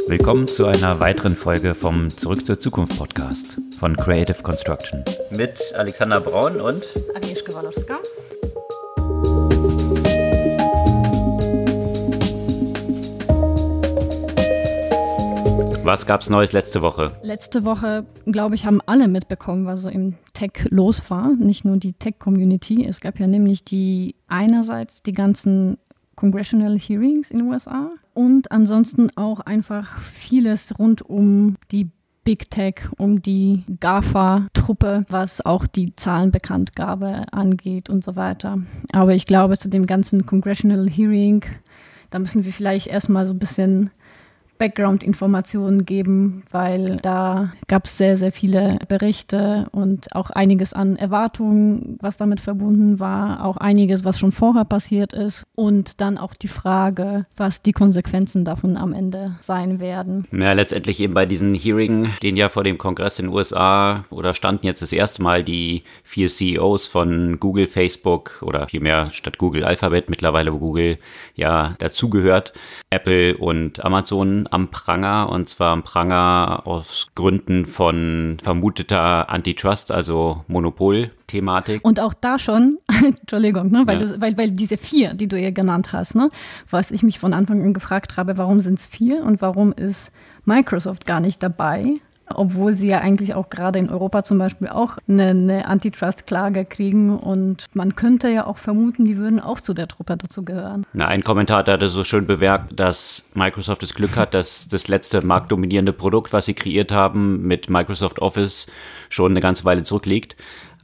Willkommen zu einer weiteren Folge vom Zurück zur Zukunft Podcast von Creative Construction. Mit Alexander Braun und Agnieszka Walowska. Was gab's Neues letzte Woche? Letzte Woche, glaube ich, haben alle mitbekommen, was so im Tech los war. Nicht nur die Tech-Community. Es gab ja nämlich einerseits die ganzen Congressional Hearings in den USA und ansonsten auch einfach vieles rund um die Big Tech, um die GAFA-Truppe, was auch die Zahlenbekanntgabe angeht und so weiter. Aber ich glaube, zu dem ganzen Congressional Hearing, da müssen wir vielleicht erstmal so ein bisschen Background-Informationen geben, weil da gab es sehr, sehr viele Berichte und auch einiges an Erwartungen, was damit verbunden war, auch einiges, was schon vorher passiert ist und dann auch die Frage, was die Konsequenzen davon am Ende sein werden. Ja, letztendlich eben bei diesen Hearing, den ja vor dem Kongress in den USA oder standen jetzt das erste Mal die 4 CEOs von Google, Facebook oder vielmehr statt Google Alphabet, mittlerweile wo Google ja dazugehört, Apple und Amazon am Pranger, und zwar am Pranger aus Gründen von vermuteter Antitrust, also Monopolthematik. Und auch da schon, Entschuldigung, ne, weil diese 4, die du ihr genannt hast, ne, was ich mich von Anfang an gefragt habe, warum sind es 4 und warum ist Microsoft gar nicht dabei? Obwohl sie ja eigentlich auch gerade in Europa zum Beispiel auch eine Antitrust-Klage kriegen und man könnte ja auch vermuten, die würden auch zu der Truppe dazu gehören. Ein Kommentator hatte so schön bemerkt, dass Microsoft das Glück hat, dass das letzte marktdominierende Produkt, was sie kreiert haben, mit Microsoft Office schon eine ganze Weile zurückliegt.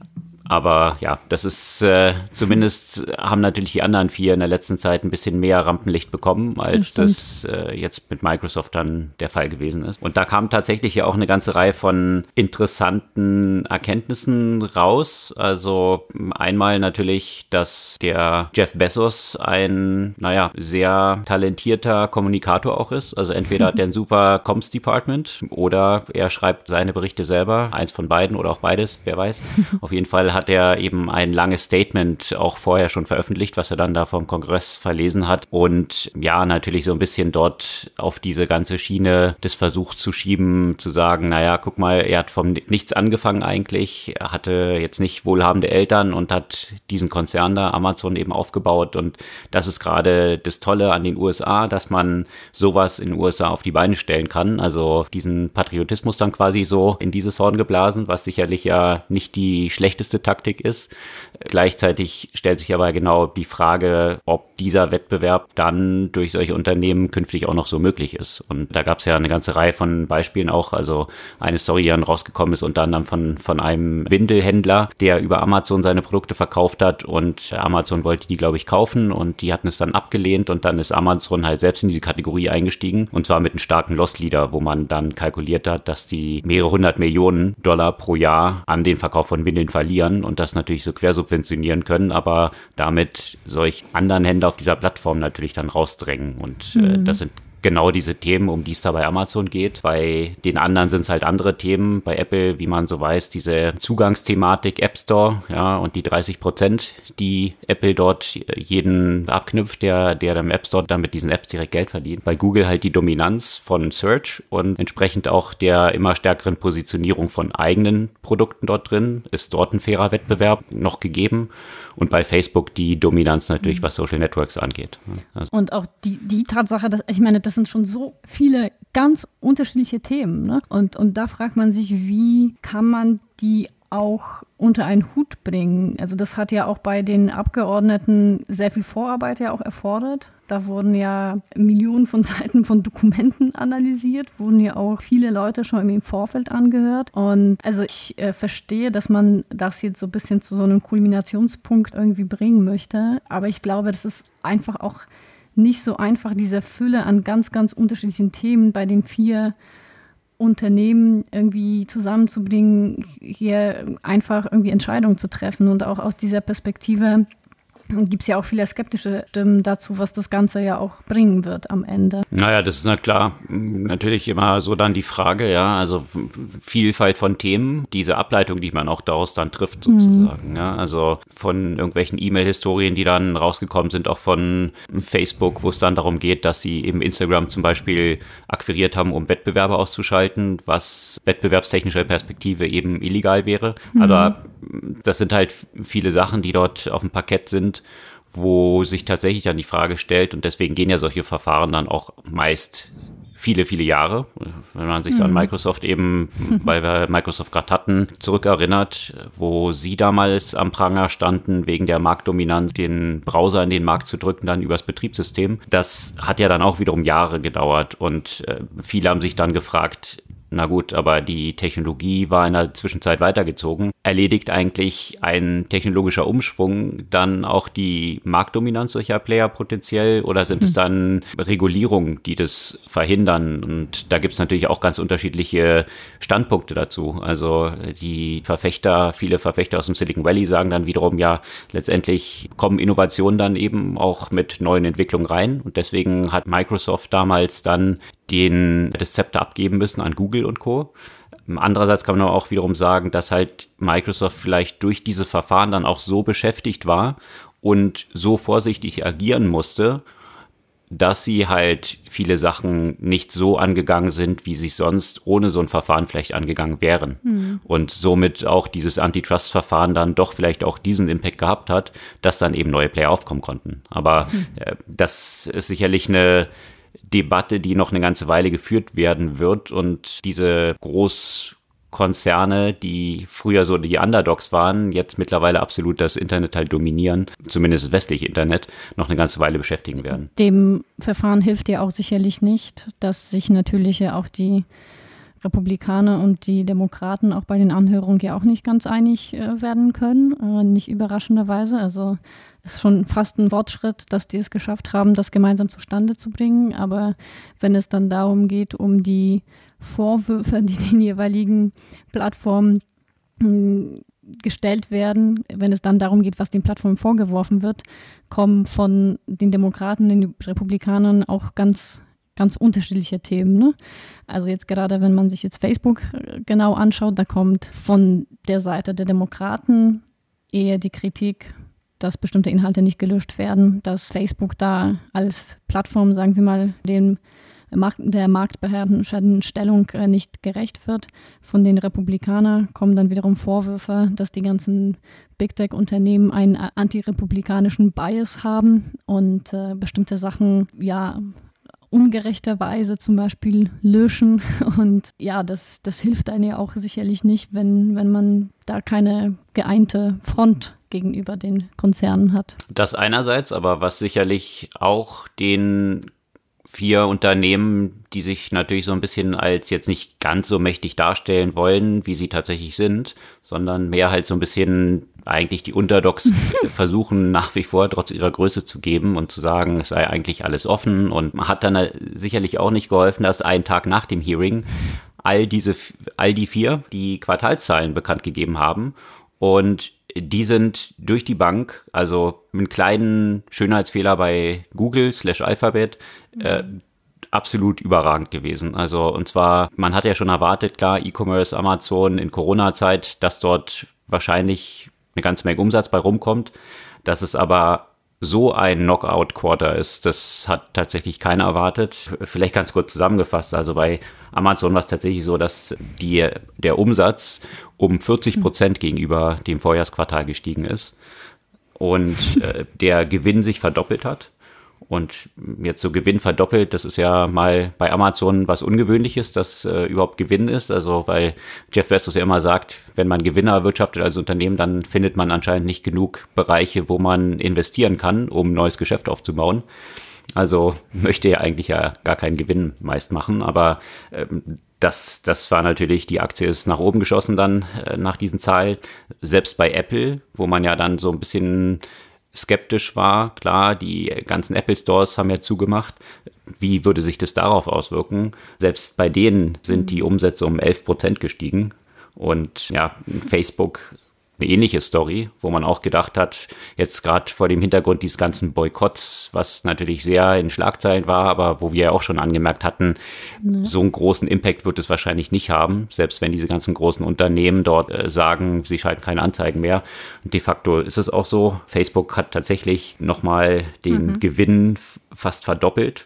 Aber ja, das ist zumindest haben natürlich die anderen 4 in der letzten Zeit ein bisschen mehr Rampenlicht bekommen, als das jetzt mit Microsoft dann der Fall gewesen ist. Und da kam tatsächlich ja auch eine ganze Reihe von interessanten Erkenntnissen raus. Also einmal natürlich, dass der Jeff Bezos ein, sehr talentierter Kommunikator auch ist. Also entweder hat er ein super Comms-Department oder er schreibt seine Berichte selber. Eins von beiden oder auch beides, wer weiß. Auf jeden Fall hat er eben ein langes Statement auch vorher schon veröffentlicht, was er dann da vom Kongress verlesen hat und ja, natürlich so ein bisschen dort auf diese ganze Schiene des Versuchs zu schieben, zu sagen, guck mal, er hat vom Nichts angefangen eigentlich, er hatte jetzt nicht wohlhabende Eltern und hat diesen Konzern da, Amazon, eben aufgebaut und das ist gerade das Tolle an den USA, dass man sowas in den USA auf die Beine stellen kann, also diesen Patriotismus dann quasi so in dieses Horn geblasen, was sicherlich ja nicht die schlechteste Taktik ist. Gleichzeitig stellt sich aber genau die Frage, ob dieser Wettbewerb dann durch solche Unternehmen künftig auch noch so möglich ist. Und da gab es ja eine ganze Reihe von Beispielen auch, also eine Story, die dann rausgekommen ist, unter anderem von einem Windelhändler, der über Amazon seine Produkte verkauft hat und Amazon wollte die, glaube ich, kaufen und die hatten es dann abgelehnt und dann ist Amazon halt selbst in diese Kategorie eingestiegen und zwar mit einem starken Loss Leader, wo man dann kalkuliert hat, dass die mehrere 100 Millionen $100 pro Jahr an den Verkauf von Windeln verlieren und das natürlich so quersubventionieren können, aber damit solch anderen Händler auf dieser Plattform natürlich dann rausdrängen und das sind genau diese Themen, um die es da bei Amazon geht. Bei den anderen sind es halt andere Themen. Bei Apple, wie man so weiß, diese Zugangsthematik App Store, ja, und die 30%, die Apple dort jeden abknüpft, der im App Store dann mit diesen Apps direkt Geld verdient. Bei Google halt die Dominanz von Search und entsprechend auch der immer stärkeren Positionierung von eigenen Produkten dort drin. Ist dort ein fairer Wettbewerb noch gegeben. Und bei Facebook die Dominanz natürlich, was Social Networks angeht. Also und auch die Tatsache, dass, ich meine, das sind schon so viele ganz unterschiedliche Themen, ne? Und da fragt man sich, wie kann man die auch unter einen Hut bringen? Also das hat ja auch bei den Abgeordneten sehr viel Vorarbeit ja auch erfordert. Da wurden ja Millionen von Seiten von Dokumenten analysiert, wurden ja auch viele Leute schon im Vorfeld angehört. Und also ich verstehe, dass man das jetzt so ein bisschen zu so einem Kulminationspunkt irgendwie bringen möchte. Aber ich glaube, das ist einfach auch nicht so einfach, diese Fülle an ganz, ganz unterschiedlichen Themen bei den 4 Unternehmen irgendwie zusammenzubringen, hier einfach irgendwie Entscheidungen zu treffen. Und auch aus dieser Perspektive gibt es ja auch viele skeptische Stimmen dazu, was das Ganze ja auch bringen wird am Ende. Naja, das ist natürlich immer so dann die Frage, ja, also Vielfalt von Themen, diese Ableitung, die man auch daraus dann trifft sozusagen, ja, also von irgendwelchen E-Mail-Historien, die dann rausgekommen sind, auch von Facebook, wo es dann darum geht, dass sie eben Instagram zum Beispiel akquiriert haben, um Wettbewerbe auszuschalten, was wettbewerbstechnischer Perspektive eben illegal wäre, aber das sind halt viele Sachen, die dort auf dem Parkett sind, wo sich tatsächlich dann die Frage stellt, und deswegen gehen ja solche Verfahren dann auch meist viele, viele Jahre. Wenn man sich so an Microsoft eben, weil wir Microsoft gerade hatten, zurückerinnert, wo sie damals am Pranger standen, wegen der Marktdominanz, den Browser in den Markt zu drücken, dann übers Betriebssystem. Das hat ja dann auch wiederum Jahre gedauert und viele haben sich dann gefragt, na gut, aber die Technologie war in der Zwischenzeit weitergezogen. Erledigt eigentlich ein technologischer Umschwung dann auch die Marktdominanz solcher Player potenziell oder sind es dann Regulierungen, die das verhindern? Und da gibt es natürlich auch ganz unterschiedliche Standpunkte dazu. Also viele Verfechter aus dem Silicon Valley sagen dann wiederum, ja, letztendlich kommen Innovationen dann eben auch mit neuen Entwicklungen rein. Und deswegen hat Microsoft damals dann das Zepter abgeben müssen an Google und Co. Andererseits kann man aber auch wiederum sagen, dass halt Microsoft vielleicht durch diese Verfahren dann auch so beschäftigt war und so vorsichtig agieren musste, dass sie halt viele Sachen nicht so angegangen sind, wie sie sonst ohne so ein Verfahren vielleicht angegangen wären. Und somit auch dieses Antitrust-Verfahren dann doch vielleicht auch diesen Impact gehabt hat, dass dann eben neue Player aufkommen konnten. Aber das ist sicherlich eine Debatte, die noch eine ganze Weile geführt werden wird und diese Großkonzerne, die früher so die Underdogs waren, jetzt mittlerweile absolut das Internet halt dominieren, zumindest das westliche Internet, noch eine ganze Weile beschäftigen werden. Dem Verfahren hilft ja auch sicherlich nicht, dass sich natürlich ja auch die Republikaner und die Demokraten auch bei den Anhörungen ja auch nicht ganz einig werden können, nicht überraschenderweise. Also es ist schon fast ein Fortschritt, dass die es geschafft haben, das gemeinsam zustande zu bringen. Aber wenn es dann darum geht, um die Vorwürfe, die den jeweiligen Plattformen gestellt werden, wenn es dann darum geht, was den Plattformen vorgeworfen wird, kommen von den Demokraten, den Republikanern auch ganz unterschiedliche Themen. Ne? Also jetzt gerade, wenn man sich jetzt Facebook genau anschaut, da kommt von der Seite der Demokraten eher die Kritik, dass bestimmte Inhalte nicht gelöscht werden, dass Facebook da als Plattform, sagen wir mal, der marktbeherrschenden Stellung nicht gerecht wird. Von den Republikanern kommen dann wiederum Vorwürfe, dass die ganzen Big Tech-Unternehmen einen antirepublikanischen Bias haben und bestimmte Sachen, ja, ungerechterweise zum Beispiel löschen. Und ja, das hilft einem ja auch sicherlich nicht, wenn man da keine geeinte Front gegenüber den Konzernen hat. Das einerseits, aber was sicherlich auch den 4 Unternehmen, die sich natürlich so ein bisschen als jetzt nicht ganz so mächtig darstellen wollen, wie sie tatsächlich sind, sondern mehr halt so ein bisschen eigentlich die Underdogs versuchen nach wie vor trotz ihrer Größe zu geben und zu sagen, es sei eigentlich alles offen, und man hat dann sicherlich auch nicht geholfen, dass einen Tag nach dem Hearing all die 4 die Quartalszahlen bekannt gegeben haben, und die sind durch die Bank, also mit einem kleinen Schönheitsfehler bei Google /Alphabet, absolut überragend gewesen. Also, und zwar, man hat ja schon erwartet, klar, E-Commerce, Amazon in Corona-Zeit, dass dort wahrscheinlich eine ganze Menge Umsatz bei rumkommt. Dass es aber so ein Knockout-Quarter ist, das hat tatsächlich keiner erwartet. Vielleicht ganz kurz zusammengefasst, also bei Amazon war es tatsächlich so, dass der Umsatz um 40% gegenüber dem Vorjahresquartal gestiegen ist und der Gewinn sich verdoppelt hat. Und jetzt so Gewinn verdoppelt, das ist ja mal bei Amazon was Ungewöhnliches, dass überhaupt Gewinn ist. Also weil Jeff Bezos ja immer sagt, wenn man Gewinne erwirtschaftet als Unternehmen, dann findet man anscheinend nicht genug Bereiche, wo man investieren kann, um neues Geschäft aufzubauen. Also möchte er eigentlich ja gar keinen Gewinn meist machen, aber das war natürlich, die Aktie ist nach oben geschossen dann nach diesen Zahlen. Selbst bei Apple, wo man ja dann so ein bisschen skeptisch war, klar, die ganzen Apple Stores haben ja zugemacht. Wie würde sich das darauf auswirken? Selbst bei denen sind die Umsätze um 11% gestiegen. Und ja, Facebook eine ähnliche Story, wo man auch gedacht hat, jetzt gerade vor dem Hintergrund dieses ganzen Boykotts, was natürlich sehr in Schlagzeilen war, aber wo wir ja auch schon angemerkt hatten, so einen großen Impact wird es wahrscheinlich nicht haben, selbst wenn diese ganzen großen Unternehmen dort sagen, sie schalten keine Anzeigen mehr. Und de facto ist es auch so. Facebook hat tatsächlich nochmal den Gewinn fast verdoppelt.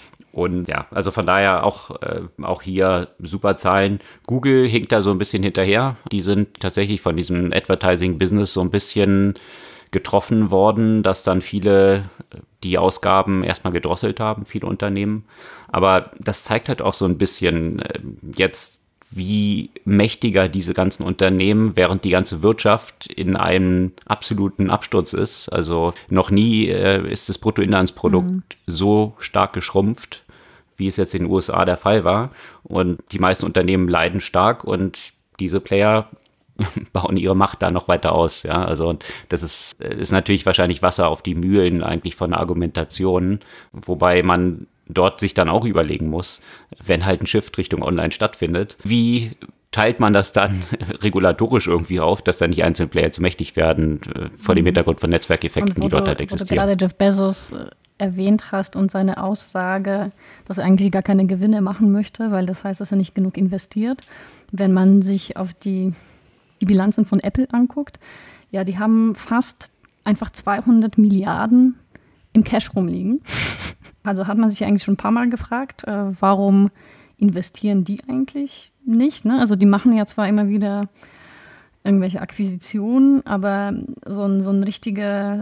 Und ja, also von daher auch hier super Zahlen. Google hinkt da so ein bisschen hinterher. Die sind tatsächlich von diesem Advertising-Business so ein bisschen getroffen worden, dass dann viele die Ausgaben erstmal gedrosselt haben, viele Unternehmen. Aber das zeigt halt auch so ein bisschen jetzt, wie mächtiger diese ganzen Unternehmen, während die ganze Wirtschaft in einem absoluten Absturz ist. Also noch nie ist das Bruttoinlandsprodukt so stark geschrumpft, wie es jetzt in den USA der Fall war. Und die meisten Unternehmen leiden stark und diese Player bauen ihre Macht da noch weiter aus. Ja, also das ist natürlich wahrscheinlich Wasser auf die Mühlen eigentlich von der Argumentation, wobei man dort sich dann auch überlegen muss, wenn halt ein Shift Richtung Online stattfindet, wie teilt man das dann regulatorisch irgendwie auf, dass dann nicht einzelne Player zu mächtig werden, vor dem Hintergrund von Netzwerkeffekten, die dort halt existieren. Wo du gerade Jeff Bezos erwähnt hast und seine Aussage, dass er eigentlich gar keine Gewinne machen möchte, weil das heißt, dass er nicht genug investiert. Wenn man sich auf die Bilanzen von Apple anguckt, ja, die haben fast einfach 200 Milliarden im Cash rumliegen. Also hat man sich eigentlich schon ein paar Mal gefragt, warum investieren die eigentlich nicht? Ne? Also die machen ja zwar immer wieder irgendwelche Akquisitionen, aber so ein richtiger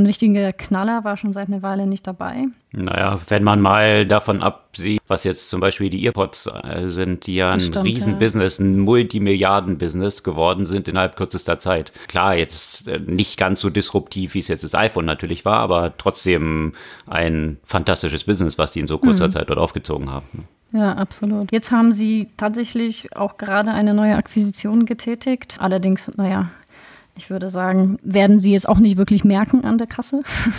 Knaller war schon seit einer Weile nicht dabei. Naja, wenn man mal davon absieht, was jetzt zum Beispiel die EarPods sind, die ja ein Riesenbusiness, ein Multimilliarden-Business geworden sind innerhalb kürzester Zeit. Klar, jetzt nicht ganz so disruptiv, wie es jetzt das iPhone natürlich war, aber trotzdem ein fantastisches Business, was die in so kurzer Zeit dort aufgezogen haben. Ja, absolut. Jetzt haben sie tatsächlich auch gerade eine neue Akquisition getätigt. Allerdings, naja, ich würde sagen, werden sie jetzt auch nicht wirklich merken an der Kasse.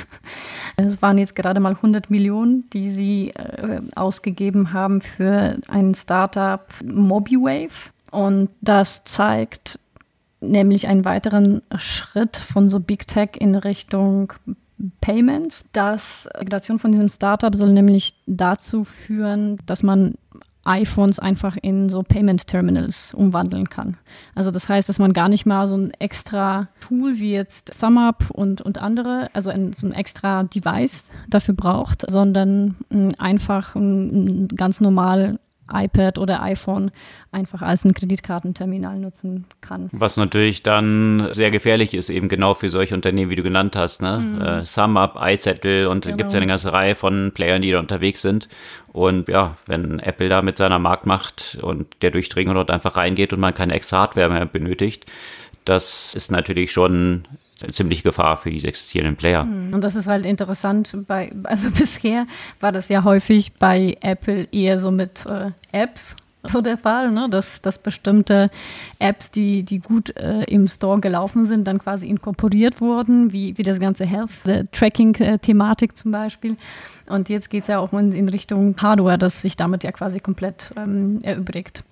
Es waren jetzt gerade mal 100 Millionen, die sie ausgegeben haben für ein Startup Mobiwave. Und das zeigt nämlich einen weiteren Schritt von so Big Tech in Richtung Payments. Die Integration von diesem Startup soll nämlich dazu führen, dass man iPhones einfach in so Payment Terminals umwandeln kann. Also das heißt, dass man gar nicht mal so ein extra Tool wie jetzt SumUp und andere, also so ein extra Device dafür braucht, sondern einfach ein ganz normal iPad oder iPhone einfach als ein Kreditkartenterminal nutzen kann. Was natürlich dann sehr gefährlich ist, eben genau für solche Unternehmen, wie du genannt hast, ne? SumUp, iZettle und gibt es ja eine ganze Reihe von Playern, die da unterwegs sind. Und ja, wenn Apple da mit seiner Marktmacht und der Durchdringung dort einfach reingeht und man keine extra Hardware mehr benötigt, das ist natürlich schon eine ziemliche Gefahr für diese existierenden Player. Und das ist halt interessant, also bisher war das ja häufig bei Apple eher so mit Apps so der Fall, ne? dass bestimmte Apps, die gut im Store gelaufen sind, dann quasi inkorporiert wurden, wie das ganze Health-Tracking-Thematik zum Beispiel. Und jetzt geht es ja auch in Richtung Hardware, das sich damit ja quasi komplett erübrigt.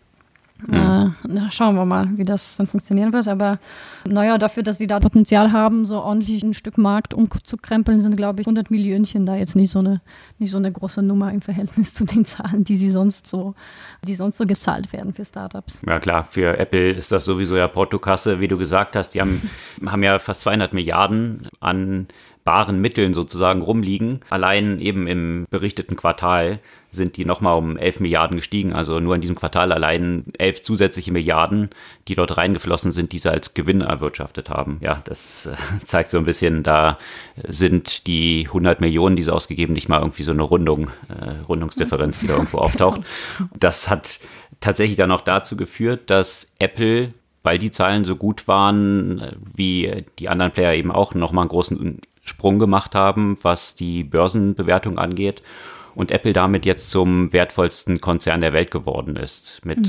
Schauen wir mal, wie das dann funktionieren wird. Aber naja, dafür, dass sie da Potenzial haben, so ordentlich ein Stück Markt umzukrempeln, sind, glaube ich, 100 Millionchen da jetzt nicht so eine große Nummer im Verhältnis zu den Zahlen, die sonst so gezahlt werden für Startups. Ja klar, für Apple ist das sowieso ja Portokasse, wie du gesagt hast. Die haben ja fast 200 Milliarden an baren Mitteln sozusagen rumliegen. Allein eben im berichteten Quartal sind die nochmal um 11 Milliarden gestiegen. Also nur in diesem Quartal allein 11 zusätzliche Milliarden, die dort reingeflossen sind, die sie als Gewinn erwirtschaftet haben. Ja, das zeigt so ein bisschen, da sind die 100 Millionen, die sie ausgegeben, nicht mal irgendwie so eine Rundungsdifferenz, die da irgendwo auftaucht. Das hat tatsächlich dann auch dazu geführt, dass Apple, weil die Zahlen so gut waren, wie die anderen Player eben auch, nochmal einen großen Sprung gemacht haben, was die Börsenbewertung angeht. Und Apple damit jetzt zum wertvollsten Konzern der Welt geworden ist. Mit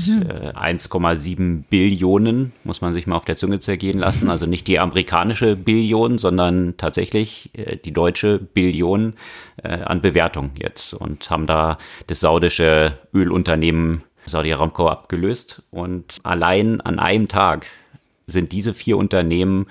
1,7 Billionen, muss man sich mal auf der Zunge zergehen lassen. Also nicht die amerikanische Billion, sondern tatsächlich die deutsche Billion an Bewertung jetzt. Und haben da das saudische Ölunternehmen Saudi Aramco abgelöst. Und allein an einem Tag sind diese 4 Unternehmen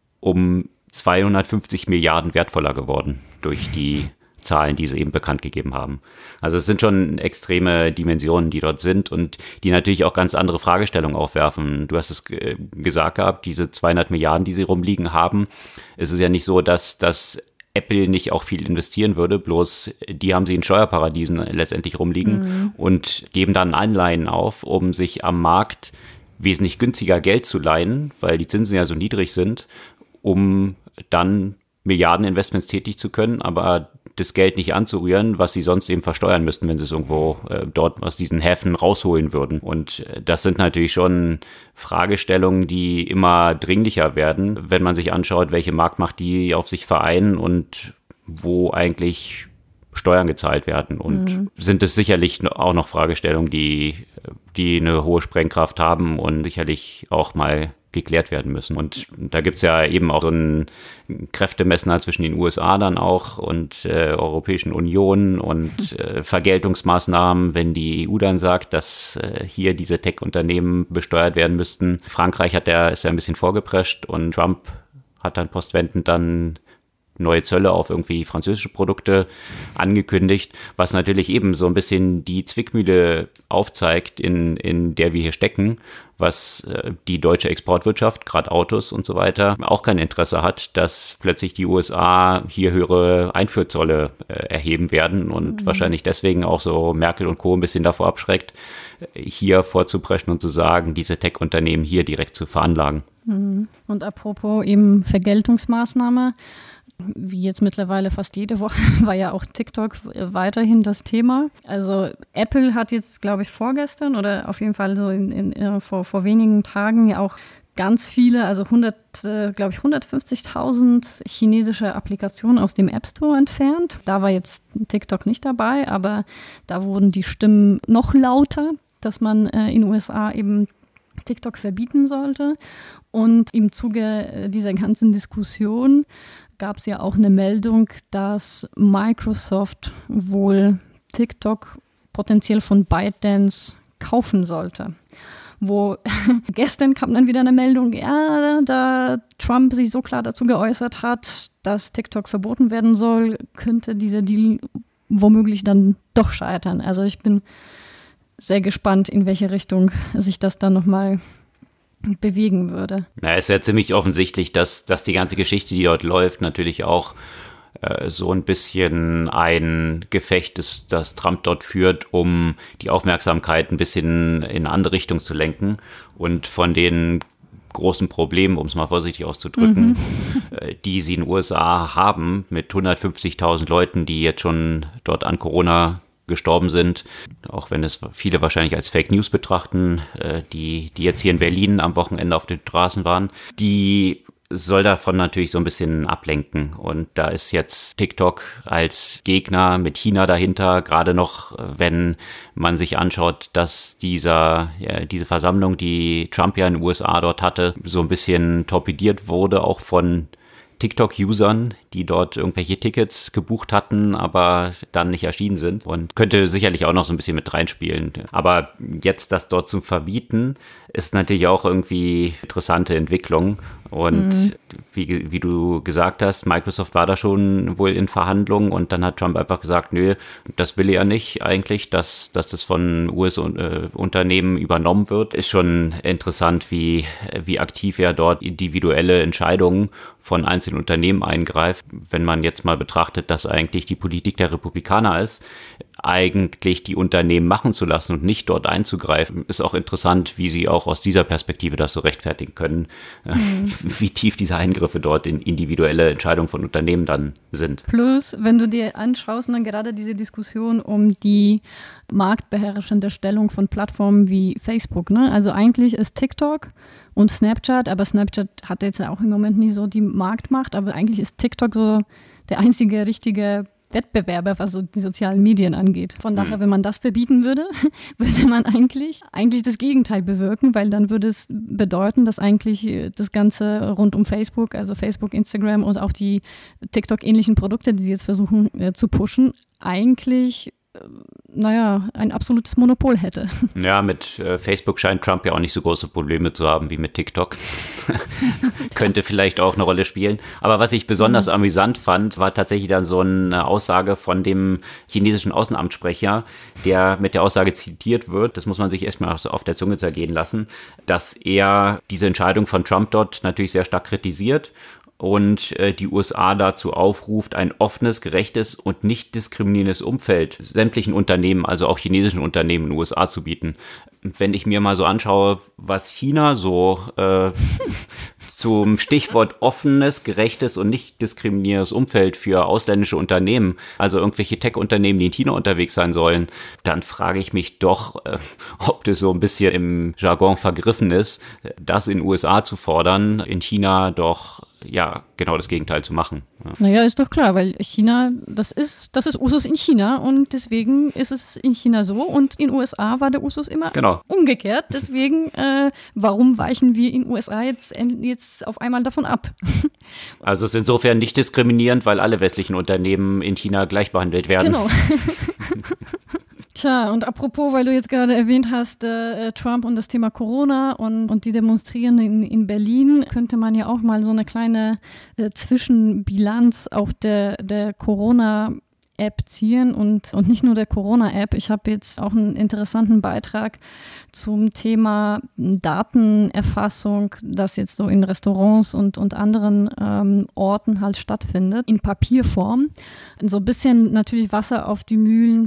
um 250 Milliarden wertvoller geworden durch die Zahlen, die sie eben bekannt gegeben haben. Also es sind schon extreme Dimensionen, die dort sind und die natürlich auch ganz andere Fragestellungen aufwerfen. Du hast es gesagt gehabt, diese 200 Milliarden, die sie rumliegen haben. Es ist ja nicht so, dass Apple nicht auch viel investieren würde, bloß die haben sie in Steuerparadiesen letztendlich rumliegen und geben dann Anleihen auf, um sich am Markt wesentlich günstiger Geld zu leihen, weil die Zinsen ja so niedrig sind, um dann Milliardeninvestments tätig zu können, aber das Geld nicht anzurühren, was sie sonst eben versteuern müssten, wenn sie es irgendwo dort aus diesen Häfen rausholen würden. Und das sind natürlich schon Fragestellungen, die immer dringlicher werden, wenn man sich anschaut, welche Marktmacht die auf sich vereinen und wo eigentlich Steuern gezahlt werden. Und sind es sicherlich auch noch Fragestellungen, die eine hohe Sprengkraft haben und sicherlich auch mal geklärt werden müssen. Und da gibt's ja eben auch so ein Kräftemessen zwischen den USA dann auch und Europäischen Union und Vergeltungsmaßnahmen, wenn die EU dann sagt, dass hier diese Tech-Unternehmen besteuert werden müssten. Frankreich ist ja ein bisschen vorgeprescht und Trump hat dann postwendend dann neue Zölle auf irgendwie französische Produkte angekündigt, was natürlich eben so ein bisschen die Zwickmühle aufzeigt, in der wir hier stecken, was die deutsche Exportwirtschaft, gerade Autos und so weiter, auch kein Interesse hat, dass plötzlich die USA hier höhere Einfuhrzölle erheben werden und wahrscheinlich deswegen auch so Merkel und Co. ein bisschen davor abschreckt, hier vorzupreschen und zu sagen, diese Tech-Unternehmen hier direkt zu veranlagen. Und apropos eben Vergeltungsmaßnahme, wie jetzt mittlerweile fast jede Woche, war ja auch TikTok weiterhin das Thema. Also Apple hat jetzt, glaube ich, vorgestern oder auf jeden Fall so vor wenigen Tagen ja auch ganz viele, also 150.000 chinesische Applikationen aus dem App Store entfernt. Da war jetzt TikTok nicht dabei, aber da wurden die Stimmen noch lauter, dass man in den USA eben TikTok verbieten sollte. Und im Zuge dieser ganzen Diskussion gab es ja auch eine Meldung, dass Microsoft wohl TikTok potenziell von ByteDance kaufen sollte. Wo gestern kam dann wieder eine Meldung, ja, da Trump sich so klar dazu geäußert hat, dass TikTok verboten werden soll, könnte dieser Deal womöglich dann doch scheitern. Also ich bin sehr gespannt, in welche Richtung sich das dann nochmal bewegen würde. Ja, es ist ja ziemlich offensichtlich, dass die ganze Geschichte, die dort läuft, natürlich auch so ein bisschen ein Gefecht ist, das Trump dort führt, um die Aufmerksamkeit ein bisschen in eine andere Richtung zu lenken und von den großen Problemen, um es mal vorsichtig auszudrücken, die sie in den USA haben, mit 150.000 Leuten, die jetzt schon dort an Corona gestorben sind, auch wenn es viele wahrscheinlich als Fake News betrachten, die jetzt hier in Berlin am Wochenende auf den Straßen waren, die soll davon natürlich so ein bisschen ablenken. Und da ist jetzt TikTok als Gegner mit China dahinter, gerade noch, wenn man sich anschaut, dass diese Versammlung, die Trump ja in den USA dort hatte, so ein bisschen torpediert wurde, auch von TikTok-Usern, die dort irgendwelche Tickets gebucht hatten, aber dann nicht erschienen sind und könnte sicherlich auch noch so ein bisschen mit reinspielen. Aber jetzt das dort zu verbieten, ist natürlich auch irgendwie interessante Entwicklung. Und wie du gesagt hast, Microsoft war da schon wohl in Verhandlungen und dann hat Trump einfach gesagt, nö, das will er nicht eigentlich, dass das von US-Unternehmen übernommen wird. Ist schon interessant, wie aktiv er dort individuelle Entscheidungen von einzelnen Unternehmen eingreift. Wenn man jetzt mal betrachtet, dass eigentlich die Politik der Republikaner ist, eigentlich die Unternehmen machen zu lassen und nicht dort einzugreifen, ist auch interessant, wie sie auch aus dieser Perspektive das so rechtfertigen können, wie tief diese Eingriffe dort in individuelle Entscheidungen von Unternehmen dann sind. Plus, wenn du dir anschaust, dann gerade diese Diskussion um die marktbeherrschende Stellung von Plattformen wie Facebook, ne? Also eigentlich ist TikTok und Snapchat, aber Snapchat hat jetzt auch im Moment nicht so die Marktmacht, aber eigentlich ist TikTok so der einzige richtige Wettbewerber, was so die sozialen Medien angeht. Von daher, wenn man das verbieten würde, würde man eigentlich das Gegenteil bewirken, weil dann würde es bedeuten, dass eigentlich das Ganze rund um Facebook, also Facebook, Instagram und auch die TikTok-ähnlichen Produkte, die sie jetzt versuchen zu pushen, eigentlich ein absolutes Monopol hätte. Ja, mit Facebook scheint Trump ja auch nicht so große Probleme zu haben wie mit TikTok. Könnte vielleicht auch eine Rolle spielen. Aber was ich besonders amüsant fand, war tatsächlich dann so eine Aussage von dem chinesischen Außenamtssprecher, der mit der Aussage zitiert wird, das muss man sich erstmal auf der Zunge zergehen lassen, dass er diese Entscheidung von Trump dort natürlich sehr stark kritisiert und die USA dazu aufruft, ein offenes, gerechtes und nicht diskriminierendes Umfeld sämtlichen Unternehmen, also auch chinesischen Unternehmen in den USA zu bieten. Wenn ich mir mal so anschaue, was China so zum Stichwort offenes, gerechtes und nicht diskriminierendes Umfeld für ausländische Unternehmen, also irgendwelche Tech-Unternehmen, die in China unterwegs sein sollen, dann frage ich mich doch, ob das so ein bisschen im Jargon vergriffen ist, das in den USA zu fordern, in China doch ja genau das Gegenteil zu machen. Ja. Naja, ist doch klar, weil China, das ist Usus in China und deswegen ist es in China so und in den USA war der Usus immer umgekehrt. Deswegen, warum weichen wir in den USA jetzt auf einmal davon ab? Also es ist insofern nicht diskriminierend, weil alle westlichen Unternehmen in China gleich behandelt werden. Genau. Tja, und apropos, weil du jetzt gerade erwähnt hast, Trump und das Thema Corona und die Demonstrierenden in Berlin, könnte man ja auch mal so eine kleine Zwischenbilanz auch der Corona-App ziehen und nicht nur der Corona-App. Ich habe jetzt auch einen interessanten Beitrag zum Thema Datenerfassung, das jetzt so in Restaurants und anderen Orten halt stattfindet, in Papierform. So ein bisschen natürlich Wasser auf die Mühlen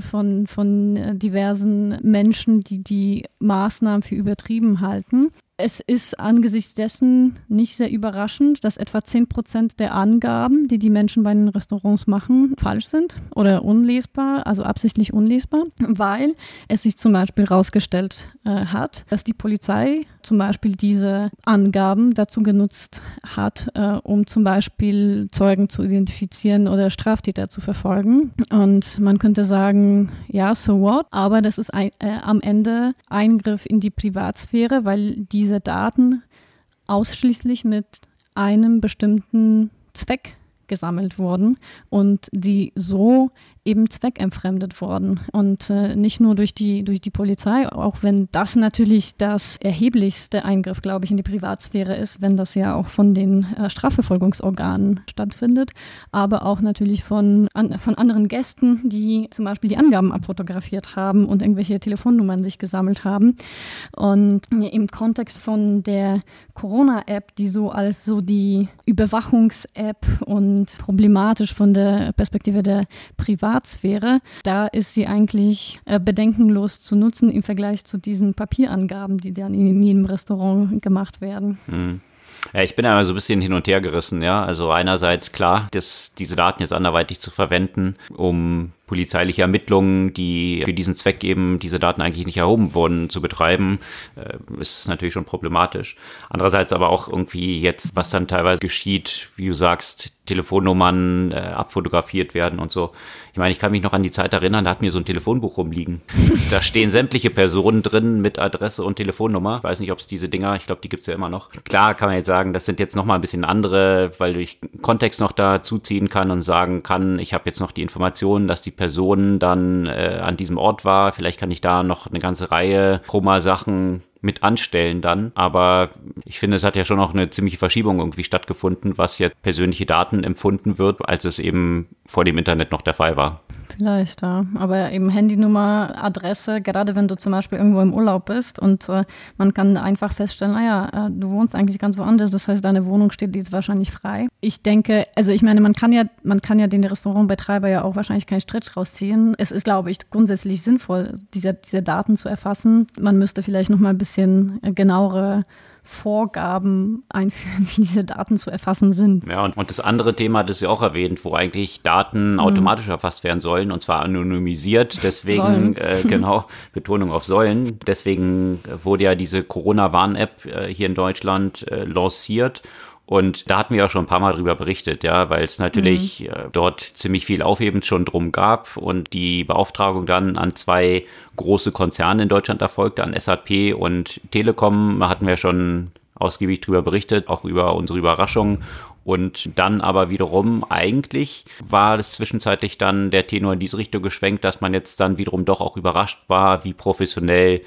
von diversen Menschen, die Maßnahmen für übertrieben halten. Es ist angesichts dessen nicht sehr überraschend, dass etwa 10% der Angaben, die Menschen bei den Restaurants machen, falsch sind oder unlesbar, also absichtlich unlesbar, weil es sich zum Beispiel herausgestellt hat, dass die Polizei zum Beispiel diese Angaben dazu genutzt hat, um zum Beispiel Zeugen zu identifizieren oder Straftäter zu verfolgen. Und man könnte sagen, ja, so what? Aber das ist am Ende Eingriff in die Privatsphäre, weil diese Daten ausschließlich mit einem bestimmten Zweck gesammelt wurden und die so eben zweckentfremdet wurden und nicht nur durch die Polizei, auch wenn das natürlich das erheblichste Eingriff, glaube ich, in die Privatsphäre ist, wenn das ja auch von den Strafverfolgungsorganen stattfindet, aber auch natürlich von anderen Gästen, die zum Beispiel die Angaben abfotografiert haben und irgendwelche Telefonnummern sich gesammelt haben. Und im Kontext von der Corona-App, die so als so die Überwachungs-App und problematisch von der Perspektive der Privatsphäre, da ist sie eigentlich bedenkenlos zu nutzen im Vergleich zu diesen Papierangaben, die dann in jedem Restaurant gemacht werden. Ja, ich bin ja immer so ein bisschen hin und her gerissen, ja. Also einerseits klar, diese Daten jetzt anderweitig zu verwenden, um polizeiliche Ermittlungen, die für diesen Zweck eben diese Daten eigentlich nicht erhoben wurden, zu betreiben, ist natürlich schon problematisch. Andererseits aber auch irgendwie jetzt, was dann teilweise geschieht, wie du sagst, Telefonnummern abfotografiert werden und so. Ich meine, ich kann mich noch an die Zeit erinnern, da hat mir so ein Telefonbuch rumliegen. Da stehen sämtliche Personen drin mit Adresse und Telefonnummer. Ich weiß nicht, ob es diese Dinger, ich glaube, die gibt's ja immer noch. Klar kann man jetzt sagen, das sind jetzt nochmal ein bisschen andere, weil ich Kontext noch dazu ziehen kann und sagen kann, ich habe jetzt noch die Informationen, dass die Person dann an diesem Ort war. Vielleicht kann ich da noch eine ganze Reihe Sachen mit anstellen dann. Aber ich finde, es hat ja schon auch eine ziemliche Verschiebung irgendwie stattgefunden, was jetzt persönliche Daten empfunden wird, als es eben vor dem Internet noch der Fall war. Vielleicht, ja. Aber eben Handynummer, Adresse, gerade wenn du zum Beispiel irgendwo im Urlaub bist und man kann einfach feststellen, naja, du wohnst eigentlich ganz woanders, das heißt, deine Wohnung steht jetzt wahrscheinlich frei. Ich denke, also ich meine, man kann ja den Restaurantbetreiber ja auch wahrscheinlich keinen Strick rausziehen. Es ist, glaube ich, grundsätzlich sinnvoll, diese Daten zu erfassen. Man müsste vielleicht noch mal ein bisschen genauere Vorgaben einführen, wie diese Daten zu erfassen sind. Ja, und das andere Thema hat es ja auch erwähnt, wo eigentlich Daten automatisch erfasst werden sollen, und zwar anonymisiert. Deswegen, genau, Betonung auf sollen. Deswegen wurde ja diese Corona-Warn-App hier in Deutschland lanciert. Und da hatten wir ja schon ein paar Mal drüber berichtet, ja, weil es natürlich dort ziemlich viel Aufhebens schon drum gab und die Beauftragung dann an 2 große Konzerne in Deutschland erfolgte, an SAP und Telekom. Da hatten wir schon ausgiebig drüber berichtet, auch über unsere Überraschung. Und dann aber wiederum, eigentlich war es zwischenzeitlich dann der Tenor in diese Richtung geschwenkt, dass man jetzt dann wiederum doch auch überrascht war, wie professionell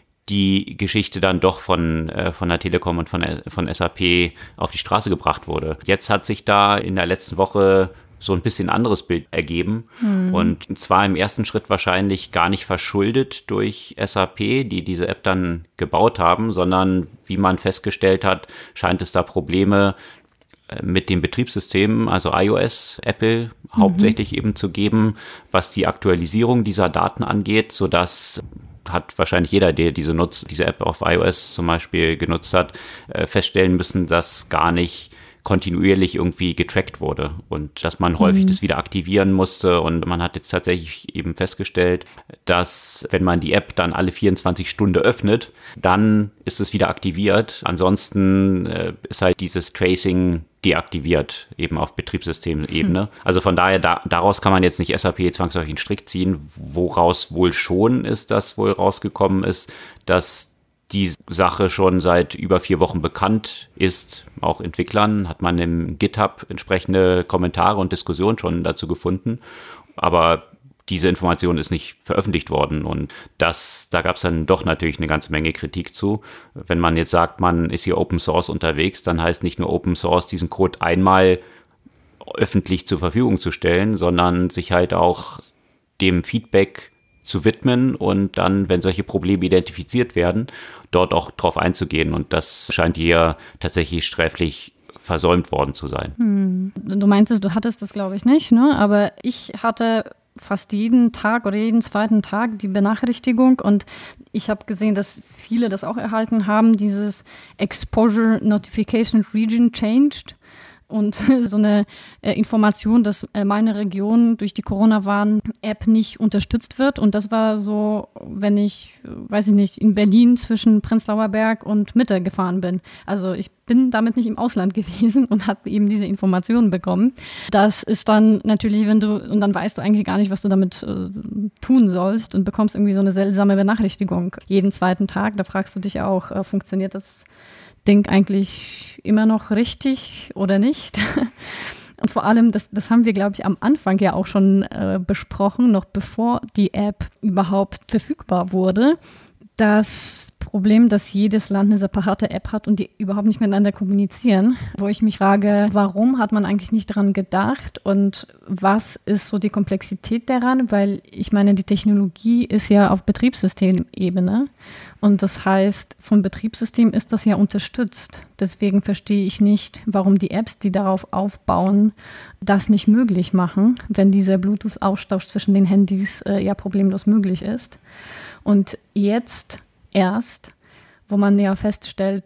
die Geschichte dann doch von der Telekom und von SAP auf die Straße gebracht wurde. Jetzt hat sich da in der letzten Woche so ein bisschen anderes Bild ergeben. Und zwar im ersten Schritt wahrscheinlich gar nicht verschuldet durch SAP, die diese App dann gebaut haben, sondern wie man festgestellt hat, scheint es da Probleme mit dem Betriebssystem, also iOS, Apple hauptsächlich eben zu geben, was die Aktualisierung dieser Daten angeht, sodass hat wahrscheinlich jeder, der diese App auf iOS zum Beispiel genutzt hat, feststellen müssen, dass gar nicht kontinuierlich irgendwie getrackt wurde und dass man häufig das wieder aktivieren musste. Und man hat jetzt tatsächlich eben festgestellt, dass wenn man die App dann alle 24 Stunden öffnet, dann ist es wieder aktiviert. Ansonsten ist halt dieses Tracing deaktiviert, eben auf Betriebssystemebene. Also von daher, daraus kann man jetzt nicht SAP zwangsläufig einen Strick ziehen. Woraus wohl schon ist, dass wohl rausgekommen ist, dass die Sache schon seit über 4 Wochen bekannt ist, auch Entwicklern, hat man im GitHub entsprechende Kommentare und Diskussionen schon dazu gefunden, aber diese Information ist nicht veröffentlicht worden und da gab es dann doch natürlich eine ganze Menge Kritik zu. Wenn man jetzt sagt, man ist hier Open Source unterwegs, dann heißt nicht nur Open Source, diesen Code einmal öffentlich zur Verfügung zu stellen, sondern sich halt auch dem Feedback zu widmen und dann, wenn solche Probleme identifiziert werden, dort auch drauf einzugehen. Und das scheint hier tatsächlich sträflich versäumt worden zu sein. Du meintest, du hattest das, glaube ich, nicht, ne? Aber ich hatte fast jeden Tag oder jeden zweiten Tag die Benachrichtigung und ich habe gesehen, dass viele das auch erhalten haben, dieses Exposure Notification Region Changed. Und so eine Information, dass meine Region durch die Corona-Warn-App nicht unterstützt wird. Und das war so, wenn ich, weiß ich nicht, in Berlin zwischen Prenzlauer Berg und Mitte gefahren bin. Also ich bin damit nicht im Ausland gewesen und habe eben diese Informationen bekommen. Das ist dann natürlich, und dann weißt du eigentlich gar nicht, was du damit tun sollst und bekommst irgendwie so eine seltsame Benachrichtigung jeden zweiten Tag. Da fragst du dich auch, funktioniert das Ding eigentlich immer noch richtig oder nicht? Und vor allem, das haben wir, glaube ich, am Anfang ja auch schon besprochen, noch bevor die App überhaupt verfügbar wurde. Das Problem, dass jedes Land eine separate App hat und die überhaupt nicht miteinander kommunizieren, wo ich mich frage, warum hat man eigentlich nicht daran gedacht und was ist so die Komplexität daran? Weil ich meine, die Technologie ist ja auf Betriebssystemebene und das heißt, vom Betriebssystem ist das ja unterstützt. Deswegen verstehe ich nicht, warum die Apps, die darauf aufbauen, das nicht möglich machen, wenn dieser Bluetooth-Austausch zwischen den Handys ja problemlos möglich ist. Und jetzt erst, wo man ja feststellt,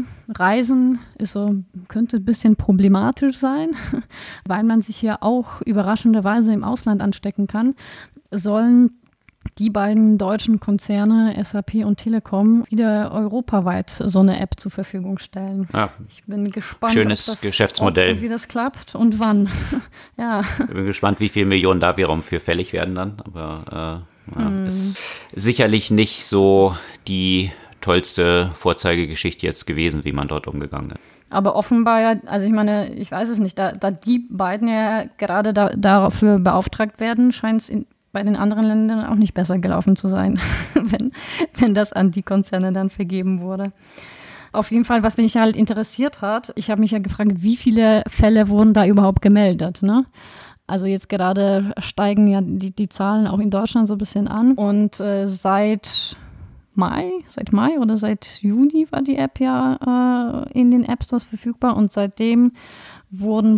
Reisen könnte ein bisschen problematisch sein, weil man sich ja auch überraschenderweise im Ausland anstecken kann, sollen die beiden deutschen Konzerne SAP und Telekom wieder europaweit so eine App zur Verfügung stellen. Ja. Ich bin gespannt, schönes Geschäftsmodell. Wie das klappt und wann. Ja. Ich bin gespannt, wie viele Millionen da wiederum für fällig werden dann, aber ist sicherlich nicht so die tollste Vorzeigegeschichte jetzt gewesen, wie man dort umgegangen ist. Aber offenbar ja, also ich meine, ich weiß es nicht, da die beiden ja gerade dafür beauftragt werden, scheint es bei den anderen Ländern auch nicht besser gelaufen zu sein, wenn das an die Konzerne dann vergeben wurde. Auf jeden Fall, was mich halt interessiert hat, ich habe mich ja gefragt, wie viele Fälle wurden da überhaupt gemeldet, ne? Also jetzt gerade steigen ja die Zahlen auch in Deutschland so ein bisschen an. Und seit Mai oder seit Juni war die App ja in den App Stores verfügbar. Und seitdem wurden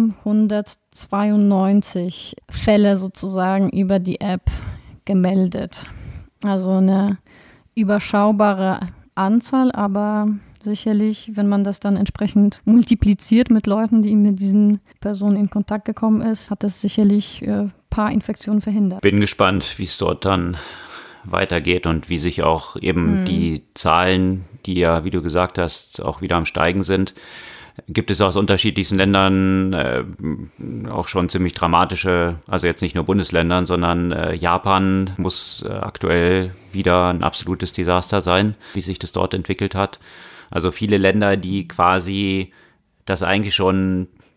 792 Fälle sozusagen über die App gemeldet. Also eine überschaubare Anzahl, aber sicherlich, wenn man das dann entsprechend multipliziert mit Leuten, die mit diesen Personen in Kontakt gekommen ist, hat das sicherlich ein paar Infektionen verhindert. Bin gespannt, wie es dort dann weitergeht und wie sich auch eben die Zahlen, die ja, wie du gesagt hast, auch wieder am Steigen sind. Gibt es aus unterschiedlichsten Ländern auch schon ziemlich dramatische, also jetzt nicht nur Bundesländern, sondern Japan muss aktuell wieder ein absolutes Desaster sein, wie sich das dort entwickelt hat. Also viele Länder, die quasi das eigentlich schon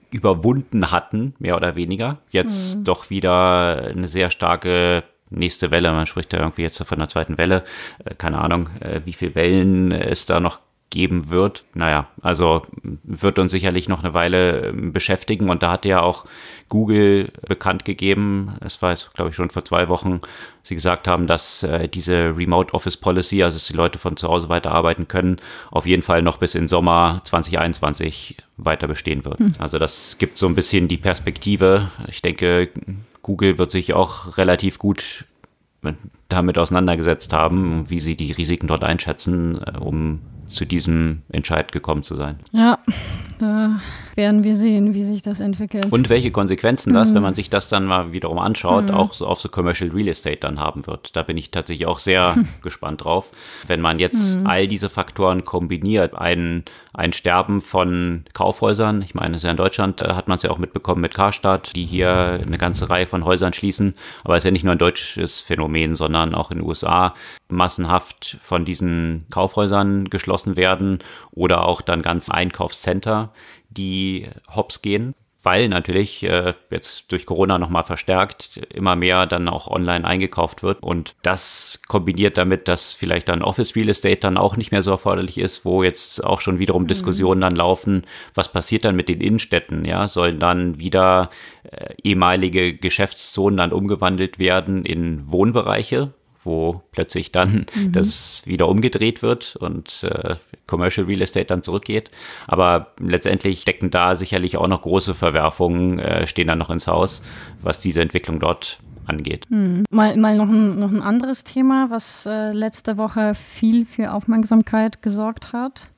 überwunden hatten, mehr oder weniger. Jetzt doch wieder eine sehr starke nächste Welle. Man spricht da irgendwie jetzt von der zweiten Welle. Keine Ahnung, wie viele Wellen es da noch geben wird. Naja, also wird uns sicherlich noch eine Weile beschäftigen. Und da hat ja auch Google bekannt gegeben, es war jetzt, glaube ich, schon vor 2 Wochen, sie gesagt haben, dass diese Remote Office Policy, also dass die Leute von zu Hause weiterarbeiten können, auf jeden Fall noch bis in Sommer 2021 weiter bestehen wird. Also das gibt so ein bisschen die Perspektive. Ich denke, Google wird sich auch relativ gut damit auseinandergesetzt haben, wie sie die Risiken dort einschätzen, um zu diesem Entscheid gekommen zu sein. Ja, da werden wir sehen, wie sich das entwickelt. Und welche Konsequenzen das, wenn man sich das dann mal wiederum anschaut, auch so auf so Commercial Real Estate dann haben wird. Da bin ich tatsächlich auch sehr gespannt drauf. Wenn man jetzt all diese Faktoren kombiniert, ein Sterben von Kaufhäusern, ich meine, ja in Deutschland hat man es ja auch mitbekommen mit Karstadt, die hier eine ganze Reihe von Häusern schließen, aber es ist ja nicht nur ein deutsches Phänomen, sondern auch in den USA massenhaft von diesen Kaufhäusern geschlossen werden oder auch dann ganz Einkaufscenter, die hops gehen, weil natürlich jetzt durch Corona nochmal verstärkt immer mehr dann auch online eingekauft wird und das kombiniert damit, dass vielleicht dann Office Real Estate dann auch nicht mehr so erforderlich ist, wo jetzt auch schon wiederum Diskussionen dann laufen, was passiert dann mit den Innenstädten, ja, sollen dann wieder ehemalige Geschäftszonen dann umgewandelt werden in Wohnbereiche, wo plötzlich dann das wieder umgedreht wird und Commercial Real Estate dann zurückgeht. Aber letztendlich stecken da sicherlich auch noch große Verwerfungen, stehen dann noch ins Haus, was diese Entwicklung dort angeht. Mal noch ein anderes Thema, was letzte Woche viel für Aufmerksamkeit gesorgt hat.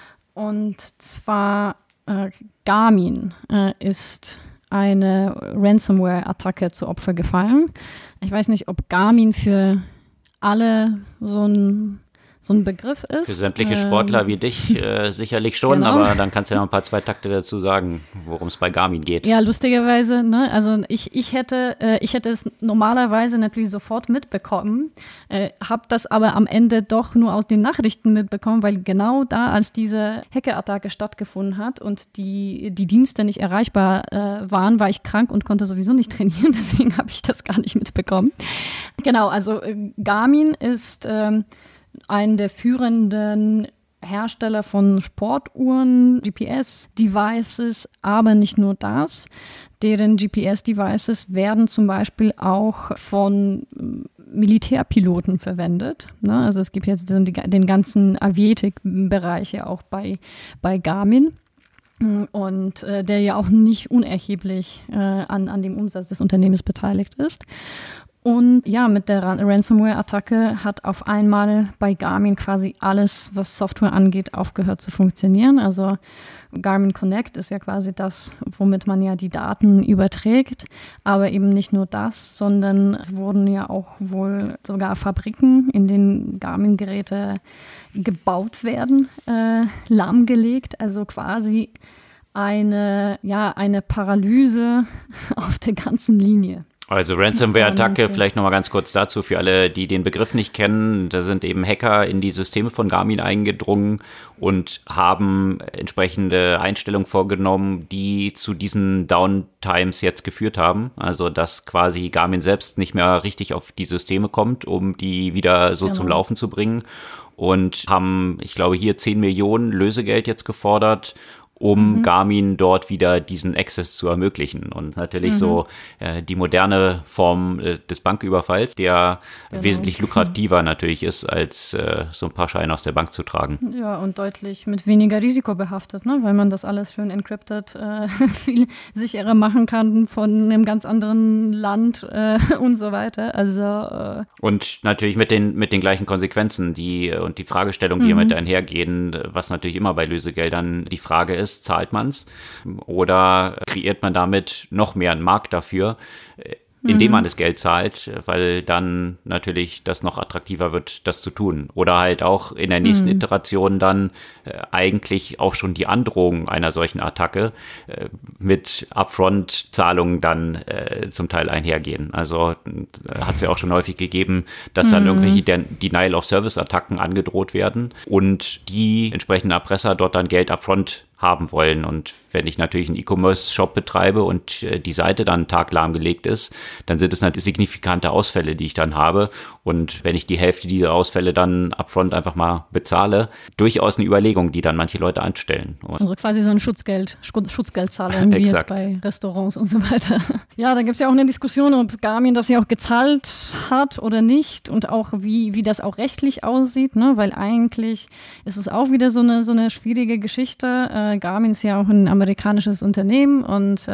Und zwar Garmin ist eine Ransomware-Attacke zu Opfer gefallen. Ich weiß nicht, ob Garmin für alle so ein Begriff ist. Für sämtliche Sportler wie dich sicherlich schon, genau. Aber dann kannst du ja noch ein paar 2 Takte dazu sagen, worum es bei Garmin geht. Ja, lustigerweise, ne? Also ich hätte es normalerweise natürlich sofort mitbekommen, habe das aber am Ende doch nur aus den Nachrichten mitbekommen, weil genau da, als diese Hackerattacke stattgefunden hat und die Dienste nicht erreichbar waren, war ich krank und konnte sowieso nicht trainieren, deswegen habe ich das gar nicht mitbekommen. Genau, also Garmin ist einen der führenden Hersteller von Sportuhren, GPS-Devices, aber nicht nur das. Deren GPS-Devices werden zum Beispiel auch von Militärpiloten verwendet. Ne? Also es gibt jetzt den ganzen Avietik-Bereich ja auch bei Garmin. Und der ja auch nicht unerheblich an dem Umsatz des Unternehmens beteiligt ist. Und ja, mit der Ransomware-Attacke hat auf einmal bei Garmin quasi alles, was Software angeht, aufgehört zu funktionieren. Also Garmin Connect ist ja quasi das, womit man ja die Daten überträgt. Aber eben nicht nur das, sondern es wurden ja auch wohl sogar Fabriken, in denen Garmin-Geräte gebaut werden, lahmgelegt. Also quasi eine Paralyse auf der ganzen Linie. Also Ransomware-Attacke, vielleicht nochmal ganz kurz dazu für alle, die den Begriff nicht kennen. Da sind eben Hacker in die Systeme von Garmin eingedrungen und haben entsprechende Einstellungen vorgenommen, die zu diesen Downtimes jetzt geführt haben. Also dass quasi Garmin selbst nicht mehr richtig auf die Systeme kommt, um die wieder so zum Laufen zu bringen. Und haben, ich glaube, hier 10 Millionen Lösegeld jetzt gefordert, um Garmin dort wieder diesen Access zu ermöglichen. Und natürlich so die moderne Form des Banküberfalls, der wesentlich lukrativer natürlich ist, als so ein paar Scheine aus der Bank zu tragen. Ja, und deutlich mit weniger Risiko behaftet, ne? Weil man das alles schön encrypted viel sicherer machen kann von einem ganz anderen Land und so weiter. Also und natürlich mit den gleichen Konsequenzen, und die Fragestellungen, die damit einhergehen, was natürlich immer bei Lösegeldern die Frage ist, zahlt man es oder kreiert man damit noch mehr einen Markt dafür, indem man das Geld zahlt, weil dann natürlich das noch attraktiver wird, das zu tun. Oder halt auch in der nächsten Iteration dann eigentlich auch schon die Androhung einer solchen Attacke mit Upfront-Zahlungen dann zum Teil einhergehen. Also hat es ja auch schon häufig gegeben, dass dann irgendwelche Denial-of-Service-Attacken angedroht werden und die entsprechenden Erpresser dort dann Geld upfront haben wollen. Und wenn ich natürlich einen E-Commerce-Shop betreibe und die Seite dann einen Tag lahmgelegt ist, dann sind es natürlich signifikante Ausfälle, die ich dann habe. Und wenn ich die Hälfte dieser Ausfälle dann upfront einfach mal bezahle, durchaus eine Überlegung, die dann manche Leute anstellen. Also quasi so eine Schutzgeldzahlung wie jetzt bei Restaurants und so weiter. Ja, da gibt es ja auch eine Diskussion, ob Garmin das ja auch gezahlt hat oder nicht und auch wie das auch rechtlich aussieht, ne? Weil eigentlich ist es auch wieder so eine schwierige Geschichte. Garmin ist ja auch ein amerikanisches Unternehmen und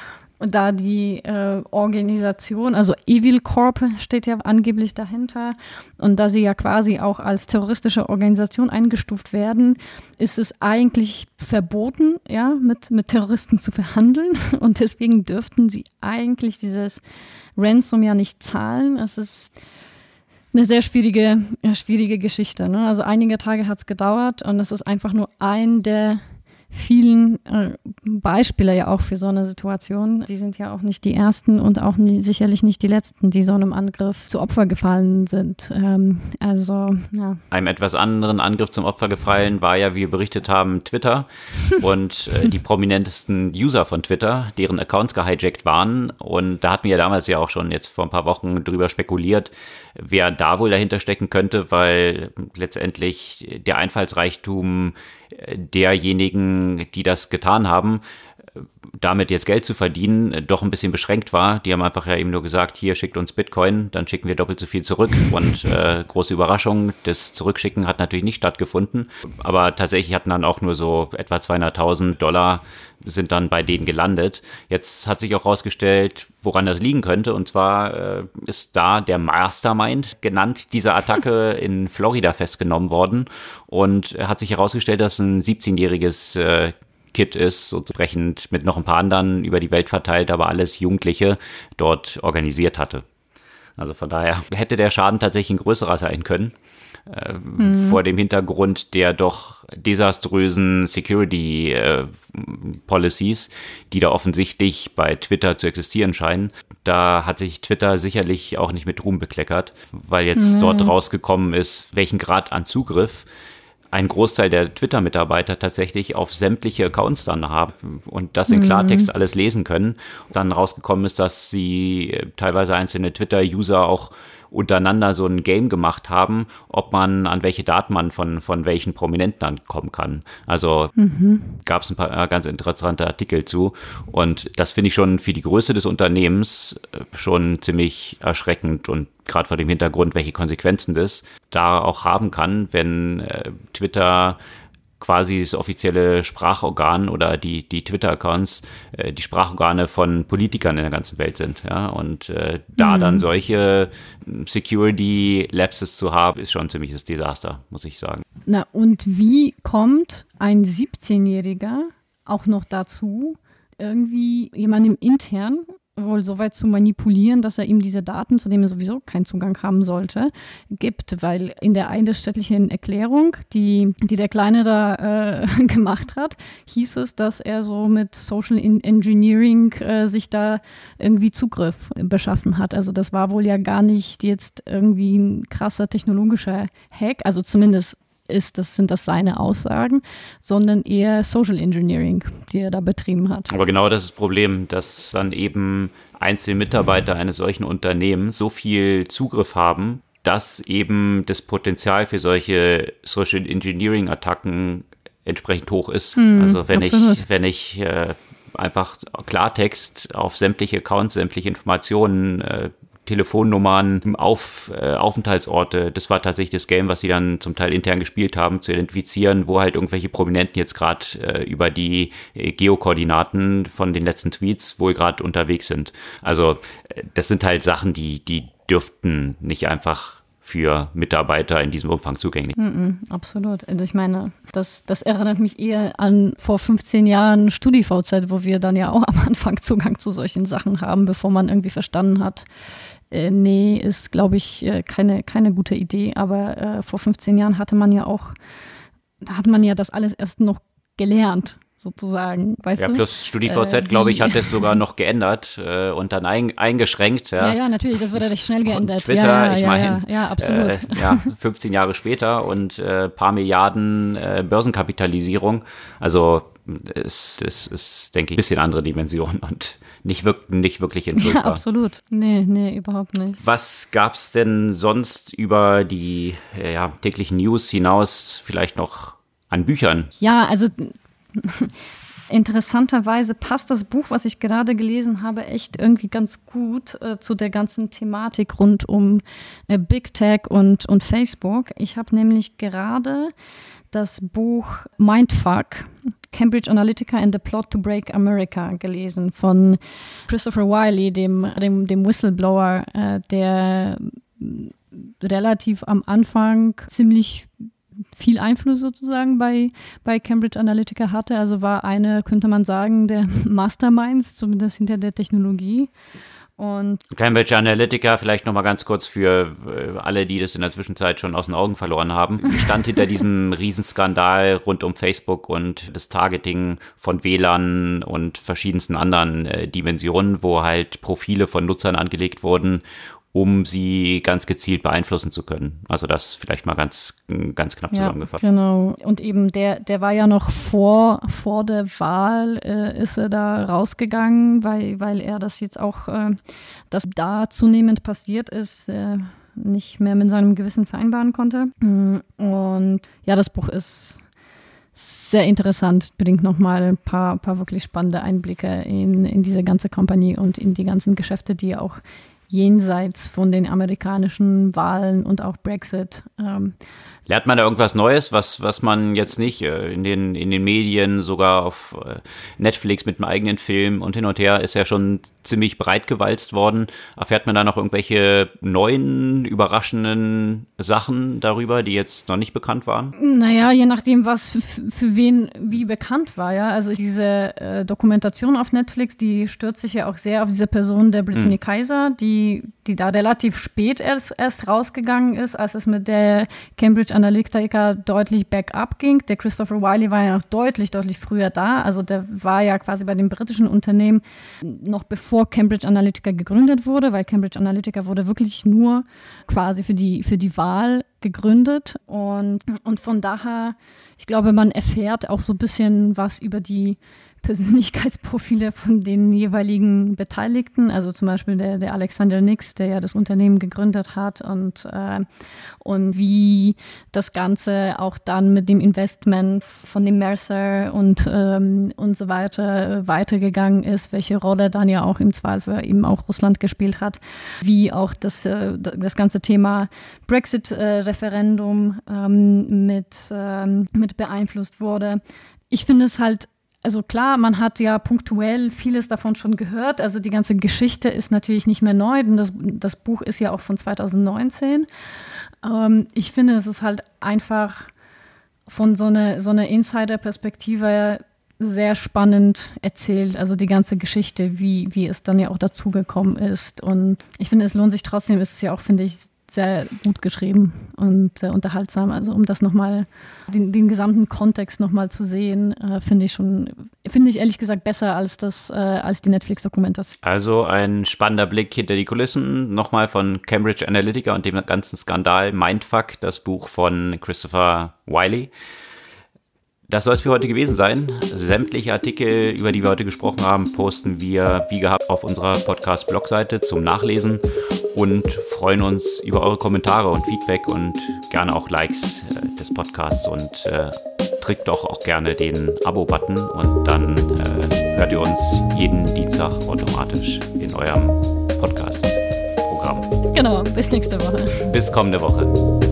da die Organisation, also Evil Corp steht ja angeblich dahinter und da sie ja quasi auch als terroristische Organisation eingestuft werden, ist es eigentlich verboten, ja, mit Terroristen zu verhandeln und deswegen dürften sie eigentlich dieses Ransom ja nicht zahlen. Es ist eine sehr schwierige Geschichte, ne? Also einige Tage hat es gedauert und es ist einfach nur ein der vielen Beispiele ja auch für so eine Situation. Die sind ja auch nicht die ersten und auch sicherlich nicht die letzten, die so einem Angriff zu Opfer gefallen sind. Also, ja. Einem etwas anderen Angriff zum Opfer gefallen war ja, wie wir berichtet haben, Twitter und die prominentesten User von Twitter, deren Accounts gehijackt waren. Und da hatten wir ja damals ja auch schon jetzt vor ein paar Wochen drüber spekuliert, wer da wohl dahinter stecken könnte, weil letztendlich der Einfallsreichtum derjenigen, die das getan haben, damit jetzt Geld zu verdienen, doch ein bisschen beschränkt war. Die haben einfach ja eben nur gesagt, hier schickt uns Bitcoin, dann schicken wir doppelt so viel zurück und große Überraschung, das Zurückschicken hat natürlich nicht stattgefunden, aber tatsächlich hatten dann auch nur so etwa $200.000 sind dann bei denen gelandet. Jetzt hat sich auch rausgestellt, woran das liegen könnte, und zwar ist da der Mastermind genannt dieser Attacke in Florida festgenommen worden und hat sich herausgestellt, dass ein 17-jähriges Kid ist, so entsprechend mit noch ein paar anderen über die Welt verteilt, aber alles Jugendliche dort organisiert hatte. Also von daher hätte der Schaden tatsächlich ein größerer sein können, vor dem Hintergrund der doch desaströsen Security Policies, die da offensichtlich bei Twitter zu existieren scheinen. Da hat sich Twitter sicherlich auch nicht mit Ruhm bekleckert, weil jetzt dort rausgekommen ist, welchen Grad an Zugriff ein Großteil der Twitter-Mitarbeiter tatsächlich auf sämtliche Accounts dann haben und das in Klartext alles lesen können. Dann rausgekommen ist, dass sie teilweise einzelne Twitter-User auch untereinander so ein Game gemacht haben, ob man an welche Daten man von welchen Prominenten dann kommen kann. Also gab es ein paar ganz interessante Artikel zu und das finde ich schon für die Größe des Unternehmens schon ziemlich erschreckend und gerade vor dem Hintergrund, welche Konsequenzen das da auch haben kann, wenn Twitter quasi das offizielle Sprachorgan oder die Twitter-Accounts die Sprachorgane von Politikern in der ganzen Welt sind. Ja? Und da dann solche Security-Lapses zu haben, ist schon ein ziemliches Desaster, muss ich sagen. Na, und wie kommt ein 17-Jähriger auch noch dazu, irgendwie jemandem intern wohl so weit zu manipulieren, dass er ihm diese Daten, zu denen er sowieso keinen Zugang haben sollte, gibt, weil in der eidesstattlichen Erklärung, die der Kleine da gemacht hat, hieß es, dass er so mit Social Engineering sich da irgendwie Zugriff beschaffen hat. Also das war wohl ja gar nicht jetzt irgendwie ein krasser technologischer Hack, also zumindest sind das seine Aussagen, sondern eher Social Engineering, die er da betrieben hat. Aber genau das ist das Problem, dass dann eben einzelne Mitarbeiter eines solchen Unternehmens so viel Zugriff haben, dass eben das Potenzial für solche Social Engineering-Attacken entsprechend hoch ist. Also wenn ich einfach Klartext auf sämtliche Accounts, sämtliche Informationen, Telefonnummern, Aufenthaltsorte, das war tatsächlich das Game, was sie dann zum Teil intern gespielt haben, zu identifizieren, wo halt irgendwelche Prominenten jetzt gerade über die Geokoordinaten von den letzten Tweets wohl gerade unterwegs sind. Also das sind halt Sachen, die dürften nicht einfach für Mitarbeiter in diesem Umfang zugänglich. Absolut. Also ich meine, das erinnert mich eher an vor 15 Jahren StudiVZ, wo wir dann ja auch am Anfang Zugang zu solchen Sachen haben, bevor man irgendwie verstanden hat, nee, ist, glaube ich, keine gute Idee. Aber vor 15 Jahren hat man ja das alles erst noch gelernt, sozusagen, weißt du? Ja, plus StudiVZ, glaube ich, hat es sogar noch geändert und dann eingeschränkt. Ja, natürlich, das wurde recht schnell geändert. Und Twitter, ich meine, absolut. 15 Jahre später und paar Milliarden Börsenkapitalisierung. Also es ist, denke ich, ein bisschen andere Dimension und nicht wirklich entschuldbar. Ja, absolut. Nee, überhaupt nicht. Was gab es denn sonst über die täglichen News hinaus vielleicht noch an Büchern? Ja, also interessanterweise passt das Buch, was ich gerade gelesen habe, echt irgendwie ganz gut zu der ganzen Thematik rund um Big Tech und Facebook. Ich habe nämlich gerade das Buch Mindfuck, Cambridge Analytica and the Plot to Break America gelesen von Christopher Wiley, dem Whistleblower, der relativ am Anfang ziemlich viel Einfluss sozusagen bei Cambridge Analytica hatte. Also war eine, könnte man sagen, der Masterminds, zumindest hinter der Technologie. Und Cambridge Analytica, vielleicht nochmal ganz kurz für alle, die das in der Zwischenzeit schon aus den Augen verloren haben, stand hinter diesem Riesenskandal rund um Facebook und das Targeting von WLAN und verschiedensten anderen Dimensionen, wo halt Profile von Nutzern angelegt wurden, um sie ganz gezielt beeinflussen zu können. Also das vielleicht mal ganz knapp zusammengefasst. Genau. Und eben der war ja noch vor der Wahl ist er da rausgegangen, weil er das jetzt auch, dass da zunehmend passiert ist, nicht mehr mit seinem Gewissen vereinbaren konnte. Und ja, das Buch ist sehr interessant, bringt nochmal ein paar wirklich spannende Einblicke in diese ganze Company und in die ganzen Geschäfte, die auch jenseits von den amerikanischen Wahlen und auch Brexit. Lernt man da irgendwas Neues, was man jetzt nicht in den Medien, sogar auf Netflix mit einem eigenen Film und hin und her, ist ja schon ziemlich breit gewalzt worden. Erfährt man da noch irgendwelche neuen, überraschenden Sachen darüber, die jetzt noch nicht bekannt waren? Naja, je nachdem, was für wen wie bekannt war. Ja, also diese Dokumentation auf Netflix, die stürzt sich ja auch sehr auf diese Person der Brittany Kaiser, die da relativ spät erst rausgegangen ist, als es mit der Cambridge Analytica deutlich bergab ging. Der Christopher Wiley war ja noch deutlich früher da. Also der war ja quasi bei dem britischen Unternehmen noch bevor Cambridge Analytica gegründet wurde, weil Cambridge Analytica wurde wirklich nur quasi für die Wahl gegründet. Und von daher, ich glaube, man erfährt auch so ein bisschen was über die Persönlichkeitsprofile von den jeweiligen Beteiligten, also zum Beispiel der Alexander Nix, der ja das Unternehmen gegründet hat und wie das Ganze auch dann mit dem Investment von dem Mercer und so weiter weitergegangen ist, welche Rolle dann ja auch im Zweifel eben auch Russland gespielt hat, wie auch das ganze Thema Brexit-Referendum mit beeinflusst wurde. Ich finde es halt, also klar, man hat ja punktuell vieles davon schon gehört. Also die ganze Geschichte ist natürlich nicht mehr neu, denn das Buch ist ja auch von 2019. Ich finde, es ist halt einfach von so einer Insider-Perspektive sehr spannend erzählt. Also die ganze Geschichte, wie es dann ja auch dazugekommen ist. Und ich finde, es lohnt sich trotzdem, ist es ja auch, finde ich, sehr gut geschrieben und unterhaltsam. Also um das nochmal, den gesamten Kontext nochmal zu sehen, finde ich ehrlich gesagt besser als die Netflix-Dokumentation. Also ein spannender Blick hinter die Kulissen, nochmal von Cambridge Analytica und dem ganzen Skandal Mindfuck, das Buch von Christopher Wiley. Das soll es für heute gewesen sein. Sämtliche Artikel, über die wir heute gesprochen haben, posten wir wie gehabt auf unserer Podcast-Blogseite zum Nachlesen und freuen uns über eure Kommentare und Feedback und gerne auch Likes des Podcasts und drückt doch auch gerne den Abo-Button und dann hört ihr uns jeden Dienstag automatisch in eurem Podcast-Programm. Genau, bis nächste Woche. Bis kommende Woche.